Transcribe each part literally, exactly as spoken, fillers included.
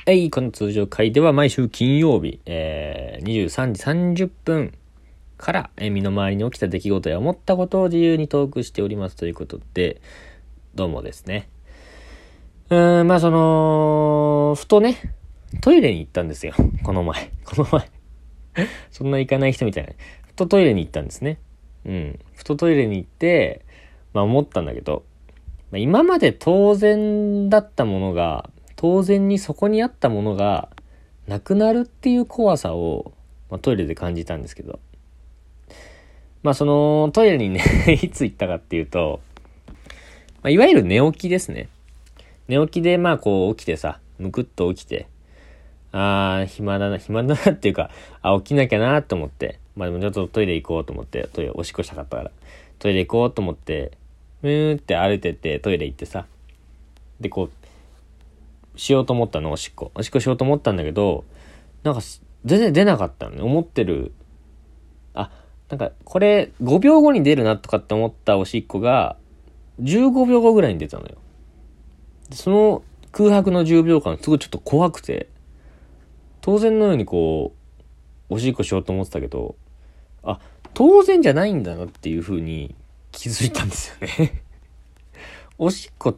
はい、この通常回では毎週金曜日、えー、にじゅうさんじさんじゅっぷんから、えー、身の回りに起きた出来事や思ったことを自由にトークしておりますということで、どうもですね。うーん、まあその、ふとね、トイレに行ったんですよ。この前。この前。そんな行かない人みたいな。ふとトイレに行ったんですね。うん。ふとトイレに行って、まあ思ったんだけど、まあ、今まで当然だったものが、当然にそこにあったものがなくなるっていう怖さを、まあ、トイレで感じたんですけど、まあそのトイレにねいつ行ったかっていうと、まあ、いわゆる寝起きですね。寝起きでまあこう起きてさ、むくっと起きて、あー暇だな暇だなっていうか、あ起きなきゃなと思って、まあでもちょっとトイレ行こうと思って、トイレおしっこしたかったからトイレ行こうと思って、うーんって歩いてってトイレ行ってさ、でこうしようと思ったの、おしっこ。おしっこしようと思ったんだけど、なんか、全然出なかったのね。思ってる。あ、なんか、これ、ごびょうごに出るなとかって思ったおしっこが、じゅうごびょうごぐらいに出たのよ。その空白のじゅうびょうかん、すごいちょっと怖くて、当然のようにこう、おしっこしようと思ってたけど、あ、当然じゃないんだなっていう風に気づいたんですよね。おしっこって、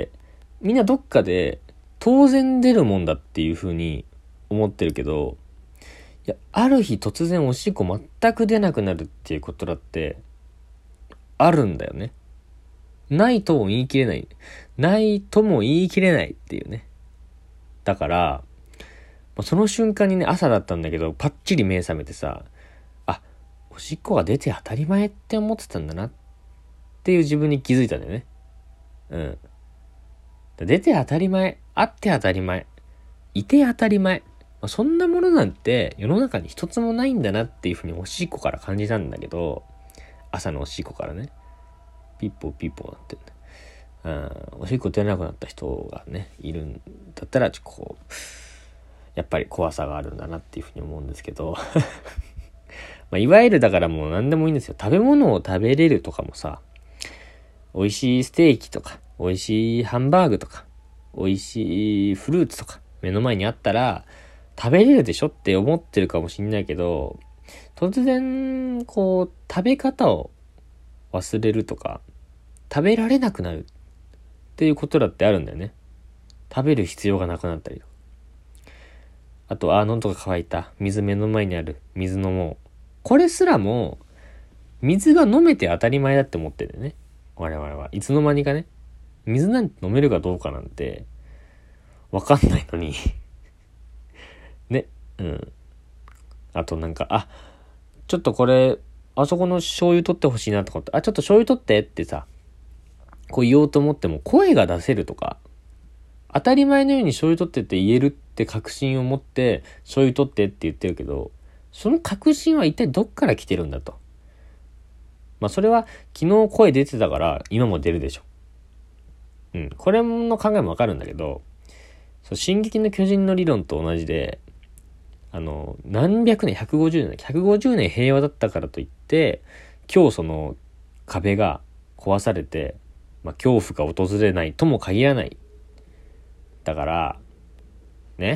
みんなどっかで、当然出るもんだっていう風に思ってるけど、いや、ある日突然おしっこ全く出なくなるっていうことだってあるんだよね。ないとも言い切れない。ないとも言い切れないっていうね。だから、その瞬間にね、朝だったんだけど、パッチリ目覚めてさ、あ、おしっこが出て当たり前って思ってたんだなっていう自分に気づいたんだよね。うん。出て当たり前、あって当たり前、いて当たり前、まあ、そんなものなんて世の中に一つもないんだなっていうふうにおしっこから感じたんだけど、朝のおしっこからね、ピッポピッポなってる、うん、おしっこ出なくなった人がねいるんだったら、ちょっとこうやっぱり怖さがあるんだなっていうふうに思うんですけどまあいわゆるだからもう何でもいいんですよ。食べ物を食べれるとかもさ、美味しいステーキとか美味しいハンバーグとか美味しいフルーツとか目の前にあったら食べれるでしょって思ってるかもしんないけど、突然こう食べ方を忘れるとか食べられなくなるっていうことだってあるんだよね。食べる必要がなくなったりとか、あとあ喉が渇いた、水目の前にある、水飲もう、これすらも水が飲めて当たり前だって思ってるんだよね、我々は。いつの間にかね、水なんて飲めるかどうかなんて分かんないのにね。うん。あとなんか、あ、ちょっとこれあそこの醤油取ってほしいなとかって、あ、ちょっと醤油取ってってさ、こう言おうと思っても声が出せるとか、当たり前のように醤油取ってって言えるって確信を持って醤油取ってって言ってるけど、その確信は一体どっから来てるんだと。まあそれは昨日声出てたから今も出るでしょ。うん。これの考えもわかるんだけど、そう、進撃の巨人の理論と同じで、あの、何百年、ひゃくごじゅうねん、ひゃくごじゅうねん平和だったからといって、今日その壁が壊されて、まあ恐怖が訪れないとも限らない。だから、ね。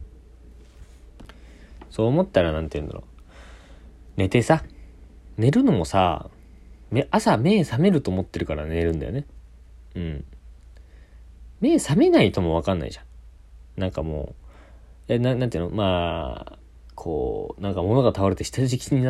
そう思ったらなんて言うんだろう。寝てさ、寝るのもさ、朝目覚めると思ってるから寝るんだよね。うん。目覚めないともわかんないじゃん。なんかもう、え、な、なんていうの、まあ、こう、なんか物が倒れて下敷きになって、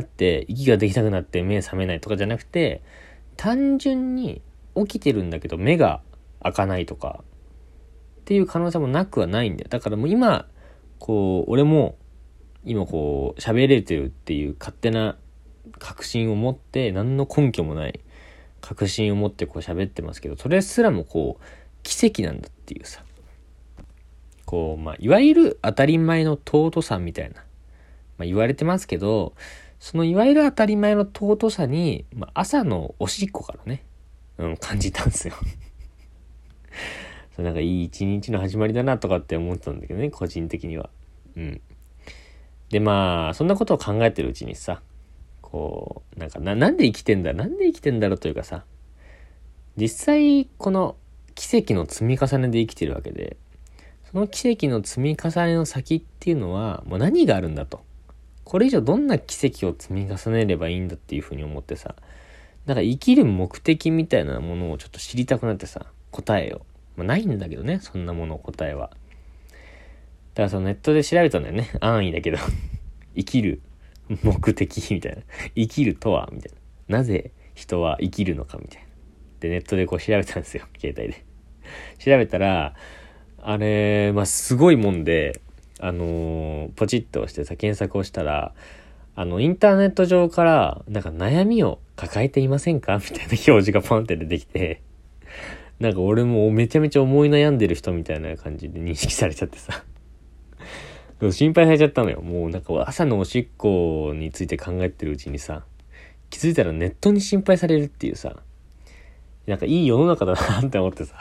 息ができなくなって目覚めないとかじゃなくて、単純に起きてるんだけど目が開かないとか、っていう可能性もなくはないんだよ。だからもう今、こう、俺も、今こう、喋れてるっていう勝手な確信を持って、何の根拠もない確信を持ってこう喋ってますけど、それすらもこう、奇跡なんだっていうさ。こう、まあ、いわゆる当たり前の尊さみたいな、まあ、言われてますけど、そのいわゆる当たり前の尊さに、まあ、朝のおしっこからね、うん、感じたんですよ。それなんかいい一日の始まりだなとかって思ってたんだけどね、個人的には。うん。で、まあ、そんなことを考えてるうちにさ、こう、なんかな、なんで生きてんだ、なんで生きてんだろうというかさ、実際、この奇跡の積み重ねで生きてるわけで、 その奇跡の積み重ねの先っていうのはもう何があるんだと。これ以上どんな奇跡を積み重ねればいいんだっていうふうに思ってさ、なんか生きる目的みたいなものをちょっと知りたくなってさ、答えを。まあ、ないんだけどね、そんなもの答えは。だからそのネットで調べたんだよね。安易だけど。生きる目的みたいな。生きるとはみたいな。なぜ人は生きるのかみたいな。で、ネットでこう調べたんですよ。携帯で。調べたら、あれ、まあ、すごいもんで、あのー、ポチッと押してさ、検索をしたら、あの、インターネット上から、なんか悩みを抱えていませんかみたいな表示がポンって出てきて、なんか俺もめちゃめちゃ思い悩んでる人みたいな感じで認識されちゃってさ。心配されちゃったのよ。もうなんか朝のおしっこについて考えてるうちにさ、気づいたらネットに心配されるっていうさ、なんかいい世の中だなって思ってさ、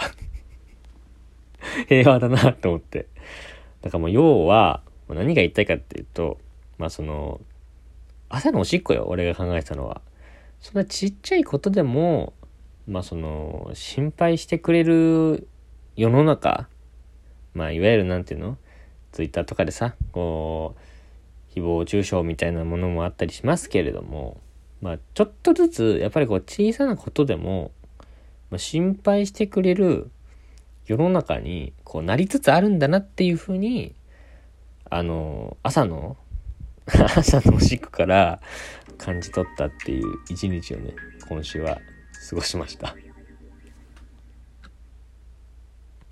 平和だなって思って。だからもう要は、何が言いたいかっていうと、まあその、朝のおしっこよ、俺が考えてたのは。そんなちっちゃいことでも、まあその、心配してくれる世の中、まあいわゆるなんていうの？ツイッターとかでさ、こう、誹謗中傷みたいなものもあったりしますけれども、まあちょっとずつ、やっぱりこう小さなことでも、まあ、心配してくれる世の中にこうなりつつあるんだなっていうふうに、あの、朝の、朝のおしっこから感じ取ったっていう一日をね、今週は過ごしました。